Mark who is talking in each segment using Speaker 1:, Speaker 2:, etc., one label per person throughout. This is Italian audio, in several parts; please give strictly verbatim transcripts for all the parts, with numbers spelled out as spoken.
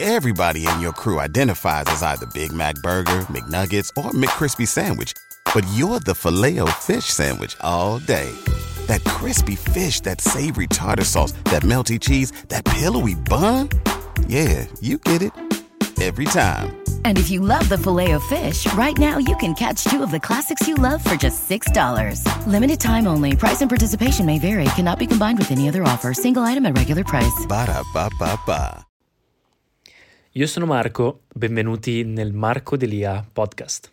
Speaker 1: Everybody in your crew identifies as either Big Mac Burger, McNuggets, or McCrispy Sandwich. But you're the Filet-O-Fish Sandwich all day. That crispy fish, that savory tartar sauce, that melty cheese, that pillowy bun. Yeah, you get it. Every time.
Speaker 2: And if you love the Filet-O-Fish, right now you can catch two of the classics you love for just six dollars. Limited time only. Price and participation may vary. Cannot be combined with any other offer. Single item at regular price.
Speaker 1: Ba-da-ba-ba-ba.
Speaker 3: Io sono Marco, benvenuti nel Marco Delia podcast.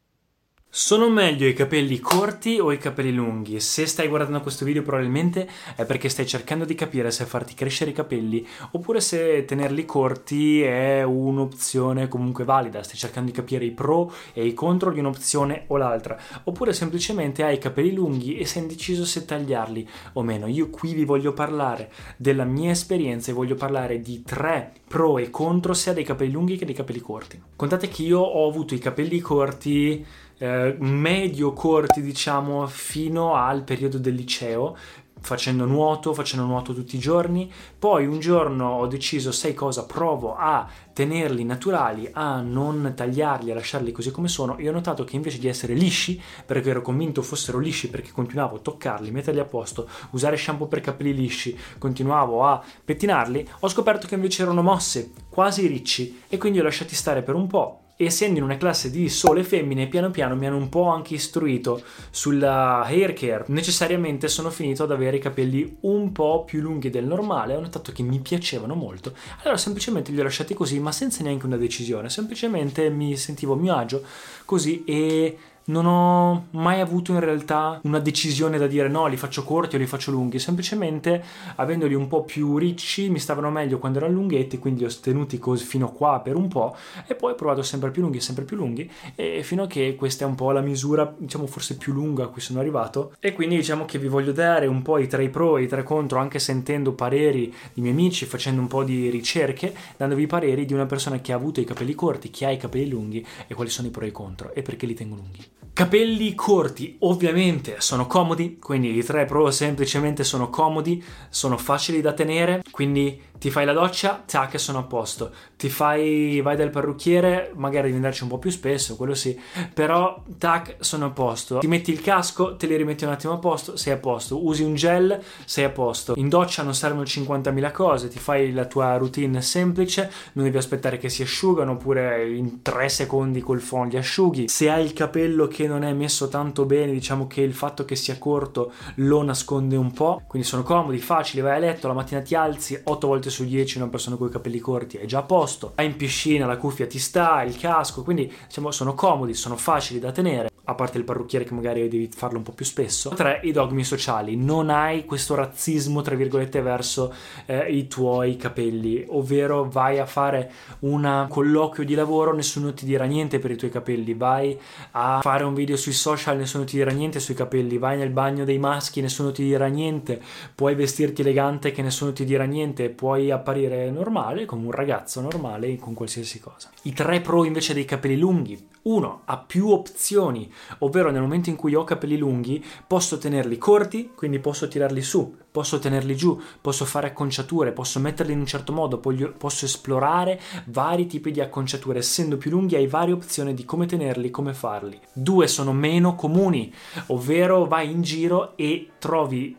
Speaker 3: Sono meglio i capelli corti o i capelli lunghi? Se stai guardando questo video probabilmente è perché stai cercando di capire se farti crescere i capelli oppure se tenerli corti è un'opzione comunque valida, stai cercando di capire i pro e i contro di un'opzione o l'altra, oppure semplicemente hai i capelli lunghi e sei indeciso se tagliarli o meno. Io qui vi voglio parlare della mia esperienza e voglio parlare di tre pro e contro sia dei capelli lunghi che dei capelli corti. Contate che io ho avuto i capelli corti Eh, medio corti, diciamo, fino al periodo del liceo, facendo nuoto, facendo nuoto tutti i giorni. Poi un giorno ho deciso, sai cosa, provo a tenerli naturali, a non tagliarli, a lasciarli così come sono, e ho notato che invece di essere lisci, perché ero convinto fossero lisci perché continuavo a toccarli, metterli a posto, usare shampoo per capelli lisci, continuavo a pettinarli, ho scoperto che invece erano mossi, quasi ricci, e quindi ho lasciati stare per un po'. E essendo in una classe di sole femmine, piano piano mi hanno un po' anche istruito sulla hair care. Necessariamente sono finito ad avere i capelli un po' più lunghi del normale, ho notato che mi piacevano molto. Allora semplicemente li ho lasciati così, ma senza neanche una decisione, semplicemente mi sentivo a mio agio così e non ho mai avuto in realtà una decisione da dire no, li faccio corti o li faccio lunghi, semplicemente avendoli un po' più ricci mi stavano meglio quando erano lunghetti, quindi li ho tenuti così fino a qua per un po' e poi ho provato sempre più lunghi, sempre più lunghi, e fino a che questa è un po' la misura, diciamo, forse più lunga a cui sono arrivato. E quindi diciamo che vi voglio dare un po' i tre pro e i tre contro, anche sentendo pareri di miei amici, facendo un po' di ricerche, dandovi i pareri di una persona che ha avuto i capelli corti, che ha i capelli lunghi, e quali sono i pro e i contro e perché li tengo lunghi. Capelli corti ovviamente sono comodi, quindi i tre pro semplicemente sono comodi, sono facili da tenere, quindi ti fai la doccia, tac, sono a posto. Ti fai, vai dal parrucchiere, magari devi andarci un po' più spesso, quello sì, però tac, sono a posto. Ti metti il casco, te li rimetti un attimo a posto, sei a posto. Usi un gel, sei a posto. In doccia non servono cinquantamila cose, ti fai la tua routine semplice, non devi aspettare che si asciugano, oppure in tre secondi col phon li asciughi. Se hai il capello che non è messo tanto bene, diciamo che il fatto che sia corto lo nasconde un po', quindi sono comodi, facili, vai a letto, la mattina ti alzi, otto volte su dieci una persona con i capelli corti è già a posto, vai in piscina, la cuffia ti sta, il casco, quindi diciamo sono comodi, sono facili da tenere, a parte il parrucchiere che magari devi farlo un po' più spesso. tre I dogmi sociali, non hai questo razzismo tra virgolette verso eh, i tuoi capelli, ovvero vai a fare un colloquio di lavoro, nessuno ti dirà niente per i tuoi capelli, vai a fare un video sui social, nessuno ti dirà niente sui capelli, vai nel bagno dei maschi, nessuno ti dirà niente, puoi vestirti elegante che nessuno ti dirà niente, puoi apparire normale come un ragazzo normale con qualsiasi cosa. I tre pro invece dei capelli lunghi: uno, ha più opzioni, ovvero nel momento in cui ho capelli lunghi posso tenerli corti, quindi posso tirarli su, posso tenerli giù, posso fare acconciature, posso metterli in un certo modo, posso esplorare vari tipi di acconciature. Essendo più lunghi hai varie opzioni di come tenerli, come farli. Due, sono meno comuni, ovvero vai in giro e trovi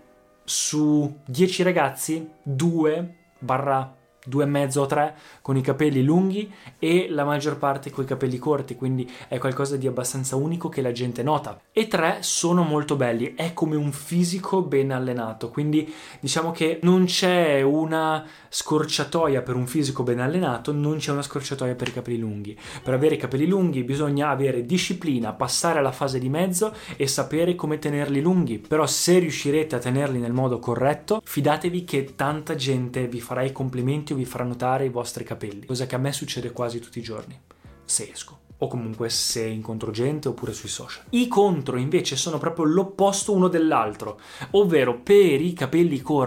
Speaker 3: su dieci ragazzi due barra due e mezzo o tre con i capelli lunghi e la maggior parte con i capelli corti, quindi è qualcosa di abbastanza unico che la gente nota. E tre, sono molto belli, è come un fisico ben allenato, quindi diciamo che non c'è una scorciatoia per un fisico ben allenato, non c'è una scorciatoia per i capelli lunghi. Per avere i capelli lunghi bisogna avere disciplina, passare alla fase di mezzo e sapere come tenerli lunghi, però se riuscirete a tenerli nel modo corretto, fidatevi che tanta gente vi farà i complimenti o vi farà notare i vostri capelli, cosa che a me succede quasi tutti i giorni se esco, o comunque se incontro gente oppure sui social. I contro invece sono proprio l'opposto uno dell'altro, ovvero per i capelli corti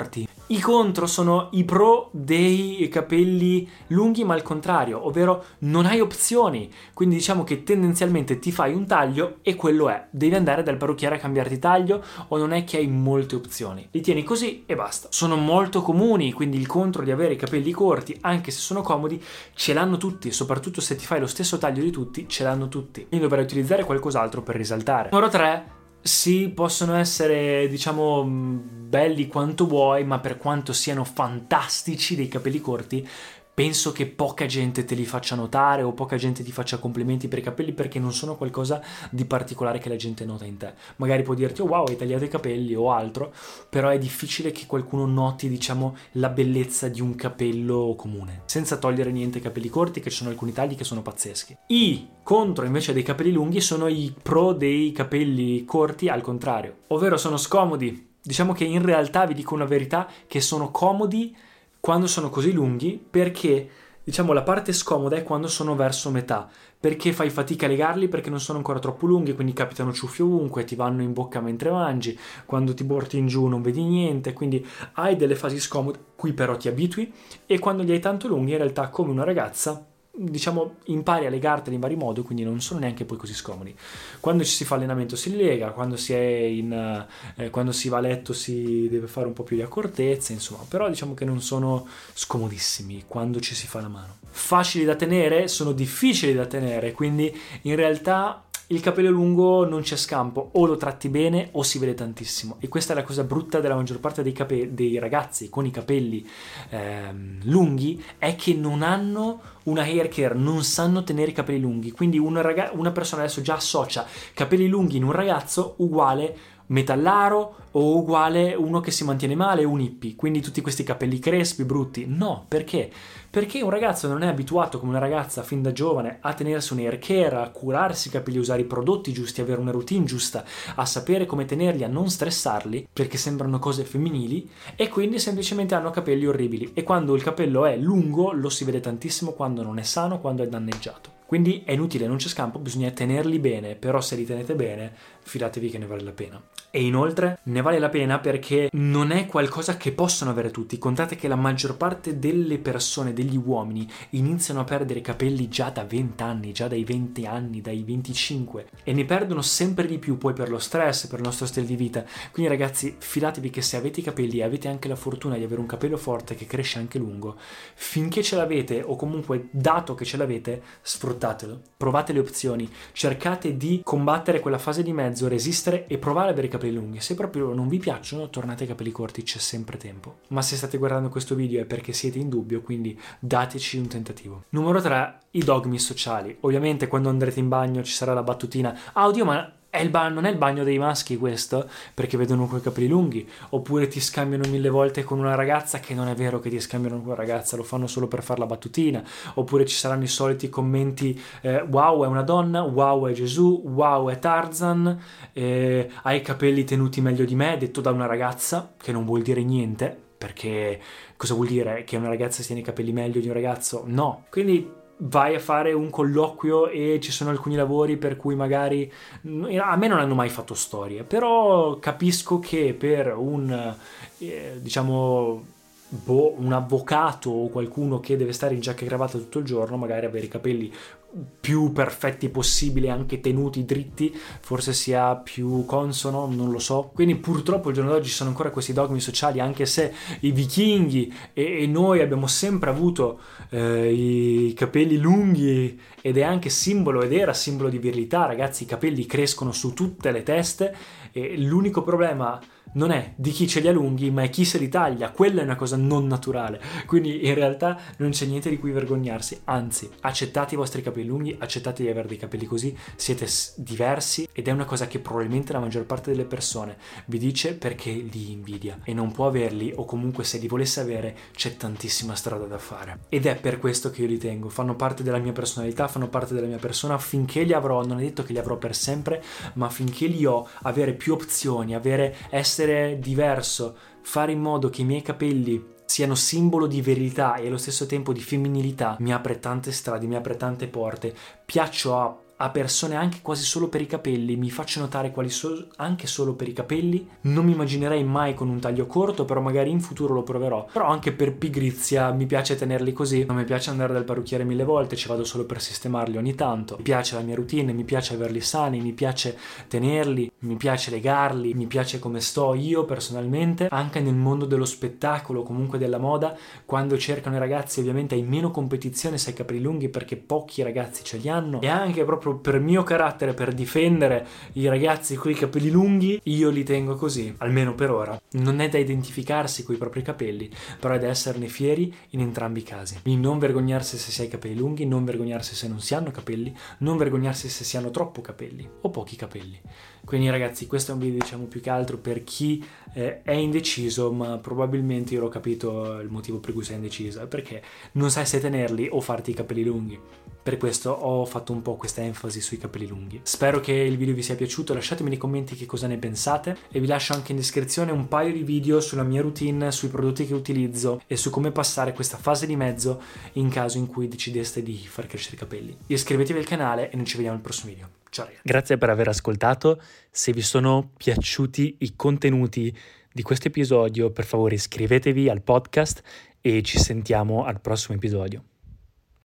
Speaker 3: I contro sono i pro dei capelli lunghi ma al contrario, ovvero non hai opzioni, quindi diciamo che tendenzialmente ti fai un taglio e quello è, devi andare dal parrucchiere a cambiarti taglio o non è che hai molte opzioni, li tieni così e basta. Sono molto comuni, quindi il contro di avere i capelli corti, anche se sono comodi, ce l'hanno tutti, soprattutto se ti fai lo stesso taglio di tutti, ce l'hanno tutti, quindi dovrai utilizzare qualcos'altro per risaltare. Numero tre. Sì, possono essere, diciamo, belli quanto vuoi, ma per quanto siano fantastici dei capelli corti, penso che poca gente te li faccia notare o poca gente ti faccia complimenti per i capelli perché non sono qualcosa di particolare che la gente nota in te. Magari può dirti oh wow hai tagliato i capelli o altro, però è difficile che qualcuno noti, diciamo, la bellezza di un capello comune, senza togliere niente ai capelli corti, che ci sono alcuni tagli che sono pazzeschi. I contro invece dei capelli lunghi sono i pro dei capelli corti al contrario, ovvero sono scomodi. Diciamo che in realtà vi dico una verità, che sono comodi quando sono così lunghi, perché diciamo la parte scomoda è quando sono verso metà, perché fai fatica a legarli perché non sono ancora troppo lunghi, quindi capitano ciuffi ovunque, ti vanno in bocca mentre mangi, quando ti porti in giù non vedi niente, quindi hai delle fasi scomode, qui però ti abitui, e quando li hai tanto lunghi in realtà come una ragazza, diciamo, impari a legarteli in vari modi, quindi non sono neanche poi così scomodi. Quando ci si fa allenamento si lega, quando si è in eh, quando si va a letto si deve fare un po' più di accortezza, insomma, però diciamo che non sono scomodissimi quando ci si fa la mano. Facili da tenere, sono difficili da tenere, quindi in realtà il capello lungo non c'è scampo, o lo tratti bene o si vede tantissimo, e questa è la cosa brutta della maggior parte dei, cape- dei ragazzi con i capelli ehm, lunghi, è che non hanno una hair care, non sanno tenere i capelli lunghi, quindi una, raga- una persona adesso già associa capelli lunghi in un ragazzo uguale metallaro o uguale uno che si mantiene male, un hippie, quindi tutti questi capelli crespi, brutti. No, perché? Perché un ragazzo non è abituato come una ragazza fin da giovane a tenersi un hair care, a curarsi i capelli, a usare i prodotti giusti, avere una routine giusta, a sapere come tenerli, a non stressarli perché sembrano cose femminili, e quindi semplicemente hanno capelli orribili, e quando il capello è lungo lo si vede tantissimo quando non è sano, quando è danneggiato. Quindi è inutile, non c'è scampo, bisogna tenerli bene, però se li tenete bene, fidatevi che ne vale la pena. E inoltre ne vale la pena perché non è qualcosa che possono avere tutti. Contate che la maggior parte delle persone, degli uomini, iniziano a perdere i capelli già da venti anni, già dai venti anni, dai venticinque, e ne perdono sempre di più poi per lo stress, per il nostro stile di vita. Quindi ragazzi, fidatevi che se avete i capelli e avete anche la fortuna di avere un capello forte che cresce anche lungo, finché ce l'avete, o comunque dato che ce l'avete, sfruttatelo, provate le opzioni, cercate di combattere quella fase di mezzo, resistere e provare ad avere i capelli lunghi. Se proprio non vi piacciono, tornate ai capelli corti, c'è sempre tempo. Ma se state guardando questo video è perché siete in dubbio, quindi dateci un tentativo. Numero tre, i dogmi sociali. Ovviamente quando andrete in bagno ci sarà la battutina: ah oddio, ma è il ba- non è il bagno dei maschi questo? Perché vedono quei capelli lunghi. Oppure ti scambiano mille volte con una ragazza, che non è vero che ti scambiano con una ragazza, lo fanno solo per fare la battutina. Oppure ci saranno i soliti commenti: eh, wow è una donna, wow è Gesù, wow è Tarzan, eh, hai i capelli tenuti meglio di me, detto da una ragazza, che non vuol dire niente, perché cosa vuol dire? Che una ragazza tiene i capelli meglio di un ragazzo? No. Quindi vai a fare un colloquio e ci sono alcuni lavori per cui magari a me non hanno mai fatto storie, però capisco che per un eh, diciamo boh, un avvocato o qualcuno che deve stare in giacca e cravatta tutto il giorno, magari avere i capelli più perfetti possibile, anche tenuti dritti, forse sia più consono, non lo so. Quindi purtroppo il giorno d'oggi ci sono ancora questi dogmi sociali, anche se i vichinghi e, e noi abbiamo sempre avuto eh, i capelli lunghi, ed è anche simbolo, ed era simbolo di virilità. Ragazzi, i capelli crescono su tutte le teste, e l'unico problema non è di chi ce li ha lunghi, ma è chi se li taglia. Quella è una cosa non naturale, quindi in realtà non c'è niente di cui vergognarsi, anzi accettate i vostri capelli lunghi, accettate di avere dei capelli così, siete diversi, ed è una cosa che probabilmente la maggior parte delle persone vi dice perché li invidia e non può averli, o comunque se li volesse avere c'è tantissima strada da fare, ed è per questo che io li tengo, fanno parte della mia personalità, fanno parte della mia persona. Finché li avrò, non è detto che li avrò per sempre, ma finché li ho, avere più opzioni, avere essere diverso, fare in modo che i miei capelli siano simbolo di verità e allo stesso tempo di femminilità, mi apre tante strade, mi apre tante porte. Piaccio a a persone anche quasi solo per i capelli, mi faccio notare quali so- anche solo per i capelli. Non mi immaginerei mai con un taglio corto, però magari in futuro lo proverò. Però anche per pigrizia mi piace tenerli così, non mi piace andare dal parrucchiere mille volte, ci vado solo per sistemarli ogni tanto. Mi piace la mia routine, mi piace averli sani, mi piace tenerli, mi piace legarli, mi piace come sto io personalmente. Anche nel mondo dello spettacolo, comunque della moda, quando cercano i ragazzi ovviamente hai meno competizione se hai capelli lunghi, perché pochi ragazzi ce li hanno, e anche proprio per mio carattere, per difendere i ragazzi con i capelli lunghi, io li tengo così, almeno per ora. Non è da identificarsi con i propri capelli, però è da esserne fieri in entrambi i casi. Quindi non vergognarsi se si ha i capelli lunghi, non vergognarsi se non si hanno capelli, non vergognarsi se si hanno troppo capelli o pochi capelli. Quindi ragazzi, questo è un video diciamo più che altro per chi eh, è indeciso, ma probabilmente io l'ho capito il motivo per cui sei indeciso, è perché non sai se tenerli o farti i capelli lunghi. Per questo ho fatto un po' questa enfasi sui capelli lunghi. Spero che il video vi sia piaciuto, lasciatemi nei commenti che cosa ne pensate e vi lascio anche in descrizione un paio di video sulla mia routine, sui prodotti che utilizzo e su come passare questa fase di mezzo in caso in cui decideste di far crescere i capelli. Iscrivetevi al canale e noi ci vediamo al prossimo video. Ciao ragazzi. Grazie per aver ascoltato. Se vi sono piaciuti i contenuti di questo episodio, per favore iscrivetevi al podcast e ci sentiamo al prossimo episodio.